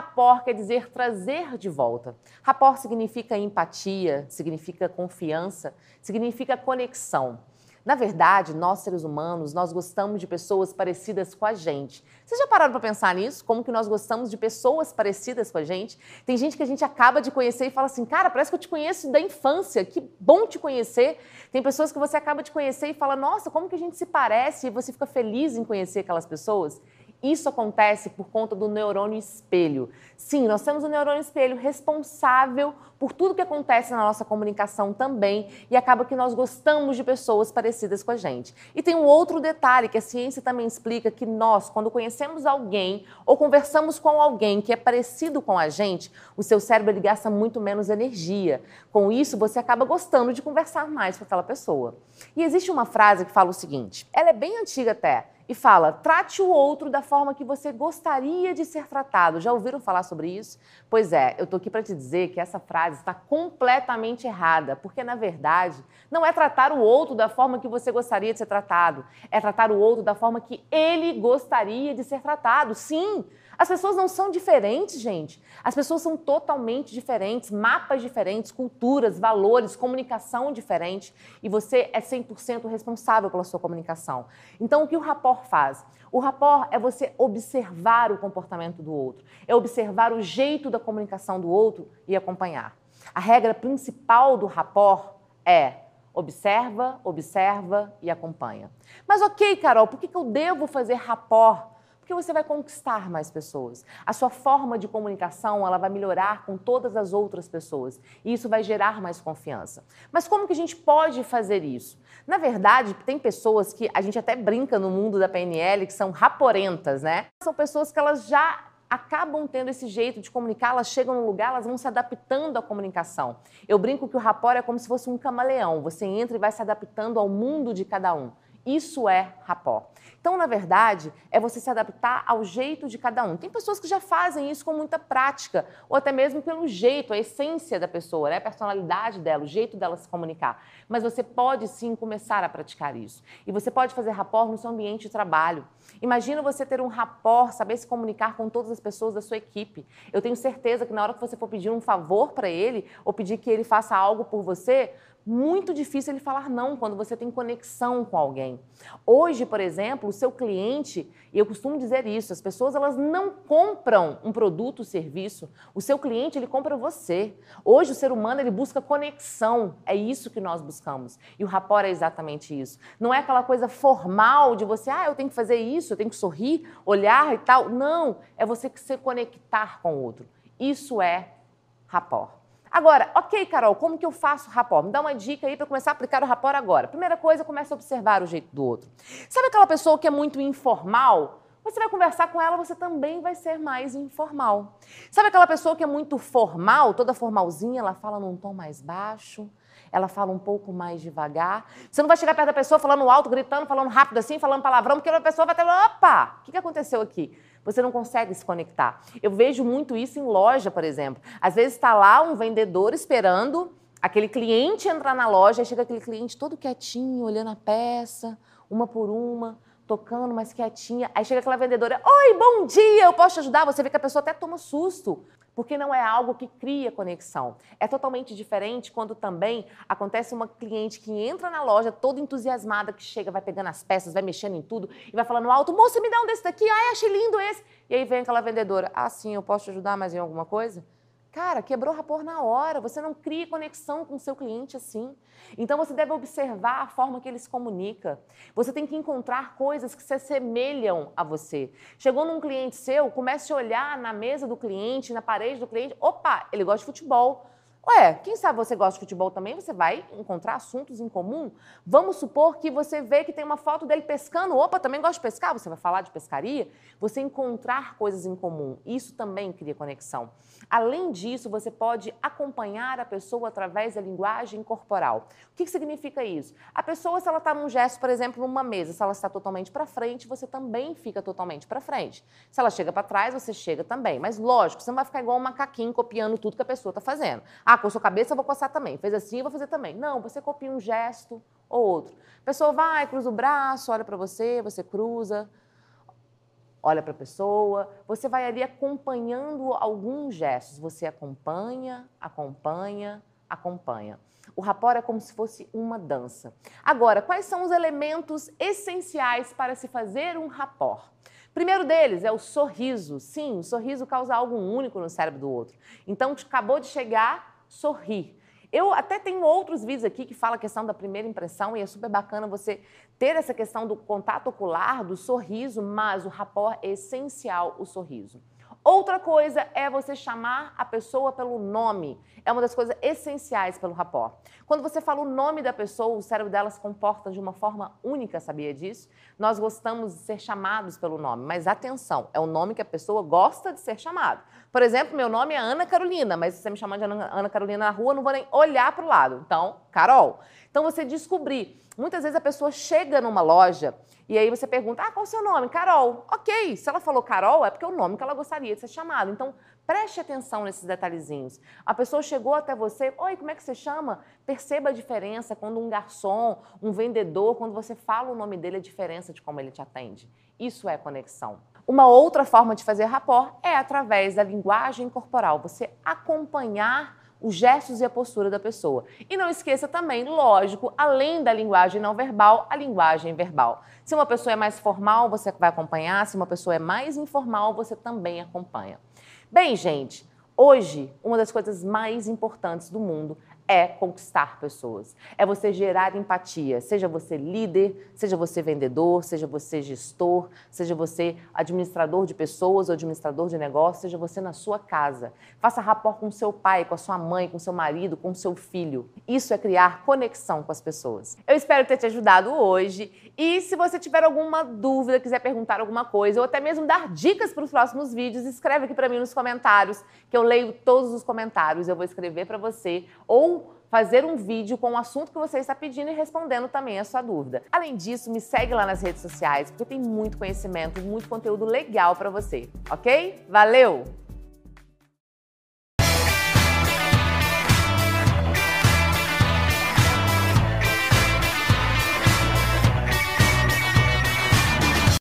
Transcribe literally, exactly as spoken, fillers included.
rapport quer dizer trazer de volta. Rapport significa empatia, significa confiança, significa conexão. Na verdade, nós seres humanos, nós gostamos de pessoas parecidas com a gente. Vocês já pararam para pensar nisso? Como que nós gostamos de pessoas parecidas com a gente? Tem gente que a gente acaba de conhecer e fala assim, cara, parece que eu te conheço da infância, que bom te conhecer. Tem pessoas que você acaba de conhecer e fala, nossa, como que a gente se parece? E você fica feliz em conhecer aquelas pessoas. Isso acontece por conta do neurônio espelho. Sim, nós temos o neurônio espelho responsável por tudo que acontece na nossa comunicação também e acaba que nós gostamos de pessoas parecidas com a gente. E tem um outro detalhe que a ciência também explica que nós, quando conhecemos alguém ou conversamos com alguém que é parecido com a gente, o seu cérebro ele gasta muito menos energia. Com isso, você acaba gostando de conversar mais com aquela pessoa. E existe uma frase que fala o seguinte, ela é bem antiga até, e fala, trate o outro da forma que você gostaria de ser tratado. Já ouviram falar sobre isso? Pois é, eu tô aqui para te dizer que essa frase está completamente errada, porque na verdade não é tratar o outro da forma que você gostaria de ser tratado, é tratar o outro da forma que ele gostaria de ser tratado. Sim, as pessoas não são diferentes, gente. As pessoas são totalmente diferentes, mapas diferentes, culturas, valores, comunicação diferente e você é cem por cento responsável pela sua comunicação. Então, o que o rapport faz? O rapport é você observar o comportamento do outro, é observar o jeito da comunicação do outro e acompanhar. A regra principal do rapport é observa, observa e acompanha. Mas ok, Carol, por que eu devo fazer rapport? Porque você vai conquistar mais pessoas. A sua forma de comunicação ela vai melhorar com todas as outras pessoas e isso vai gerar mais confiança. Mas como que a gente pode fazer isso? Na verdade, tem pessoas que a gente até brinca no mundo da P N L que são raporentas, né? São pessoas que elas já acabam tendo esse jeito de comunicar, elas chegam no lugar, elas vão se adaptando à comunicação. Eu brinco que o rapport é como se fosse um camaleão, você entra e vai se adaptando ao mundo de cada um. Isso é rapport. Então, na verdade, é você se adaptar ao jeito de cada um. Tem pessoas que já fazem isso com muita prática, ou até mesmo pelo jeito, a essência da pessoa, né? A personalidade dela, o jeito dela se comunicar. Mas você pode sim começar a praticar isso. E você pode fazer rapport no seu ambiente de trabalho. Imagina você ter um rapport, saber se comunicar com todas as pessoas da sua equipe. Eu tenho certeza que na hora que você for pedir um favor para ele, ou pedir que ele faça algo por você, muito difícil ele falar não quando você tem conexão com alguém. Hoje, por exemplo, o seu cliente, e eu costumo dizer isso, as pessoas elas não compram um produto ou serviço, o seu cliente ele compra você. Hoje o ser humano ele busca conexão, é isso que nós buscamos. E o rapport é exatamente isso. Não é aquela coisa formal de você, ah, eu tenho que fazer isso, eu tenho que sorrir, olhar e tal. Não, é você se conectar com o outro. Isso é rapport. Agora, ok, Carol, como que eu faço rapport? Me dá uma dica aí para começar a aplicar o rapport agora. Primeira coisa, comece a observar o jeito do outro. Sabe aquela pessoa que é muito informal? Você vai conversar com ela, você também vai ser mais informal. Sabe aquela pessoa que é muito formal, toda formalzinha, ela fala num tom mais baixo, ela fala um pouco mais devagar. Você não vai chegar perto da pessoa falando alto, gritando, falando rápido assim, falando palavrão, porque a pessoa vai ter, opa, o que, que aconteceu aqui? Você não consegue se conectar. Eu vejo muito isso em loja, por exemplo. Às vezes está lá um vendedor esperando aquele cliente entrar na loja, aí chega aquele cliente todo quietinho, olhando a peça, uma por uma, tocando mais quietinha. Aí chega aquela vendedora, oi, bom dia, eu posso te ajudar? Você vê que a pessoa até toma susto, porque não é algo que cria conexão. É totalmente diferente quando também acontece uma cliente que entra na loja toda entusiasmada, que chega, vai pegando as peças, vai mexendo em tudo e vai falando alto, moça, me dá um desse daqui, ai, achei lindo esse. E aí vem aquela vendedora, ah, sim, eu posso te ajudar mais em alguma coisa? Cara, quebrou o rapport na hora, você não cria conexão com o seu cliente assim. Então você deve observar a forma que ele se comunica. Você tem que encontrar coisas que se assemelham a você. Chegou num cliente seu, comece a olhar na mesa do cliente, na parede do cliente, opa, ele gosta de futebol. Ué, quem sabe você gosta de futebol também, você vai encontrar assuntos em comum. Vamos supor que você vê que tem uma foto dele pescando, opa, também gosta de pescar, você vai falar de pescaria. Você encontrar coisas em comum, isso também cria conexão. Além disso, você pode acompanhar a pessoa através da linguagem corporal. O que que significa isso? A pessoa, se ela está num gesto, por exemplo, numa mesa, se ela está totalmente para frente, você também fica totalmente para frente. Se ela chega para trás, você chega também. Mas lógico, você não vai ficar igual um macaquinho copiando tudo que a pessoa está fazendo. Ah, coçou a cabeça, eu vou coçar também. Fez assim, eu vou fazer também. Não, você copia um gesto ou outro. A pessoa vai, cruza o braço, olha para você, você cruza. olha para a pessoa, você vai ali acompanhando alguns gestos. Você acompanha, acompanha, acompanha. O rapport é como se fosse uma dança. Agora, quais são os elementos essenciais para se fazer um rapport? Primeiro deles é o sorriso. Sim, o sorriso causa algo único no cérebro do outro. Então, acabou de chegar, sorri. Eu até tenho outros vídeos aqui que falam a questão da primeira impressão e é super bacana você ter essa questão do contato ocular, do sorriso, mas o rapport é essencial, o sorriso. Outra coisa é você chamar a pessoa pelo nome. É uma das coisas essenciais pelo rapport. Quando você fala o nome da pessoa, o cérebro dela se comporta de uma forma única, sabia disso? Nós gostamos de ser chamados pelo nome, mas atenção, é o nome que a pessoa gosta de ser chamado. Por exemplo, meu nome é Ana Carolina, mas se você me chamar de Ana, Ana Carolina na rua, eu não vou nem olhar para o lado. Então, Carol. Então, você descobrir. Muitas vezes a pessoa chega numa loja e aí você pergunta, ah, qual é o seu nome? Carol. Ok, se ela falou Carol, é porque é o nome que ela gostaria de ser chamada. Então, preste atenção nesses detalhezinhos. A pessoa chegou até você, oi, como é que você chama? Perceba a diferença quando um garçom, um vendedor, quando você fala o nome dele, a diferença de como ele te atende. Isso é conexão. Uma outra forma de fazer rapport é através da linguagem corporal, você acompanhar os gestos e a postura da pessoa. E não esqueça também, lógico, além da linguagem não verbal, a linguagem verbal. Se uma pessoa é mais formal, você vai acompanhar. Se uma pessoa é mais informal, você também acompanha. Bem, gente, hoje, uma das coisas mais importantes do mundo é conquistar pessoas. É você gerar empatia, seja você líder, seja você vendedor, seja você gestor, seja você administrador de pessoas ou administrador de negócios, seja você na sua casa. Faça rapport com seu pai, com a sua mãe, com seu marido, com seu filho. Isso é criar conexão com as pessoas. Eu espero ter te ajudado hoje e se você tiver alguma dúvida, quiser perguntar alguma coisa ou até mesmo dar dicas para os próximos vídeos, escreve aqui para mim nos comentários, que eu leio todos os comentários, eu vou escrever para você ou fazer um vídeo com o assunto que você está pedindo e respondendo também a sua dúvida. Além disso, me segue lá nas redes sociais, porque tem muito conhecimento, muito conteúdo legal para você, ok? Valeu!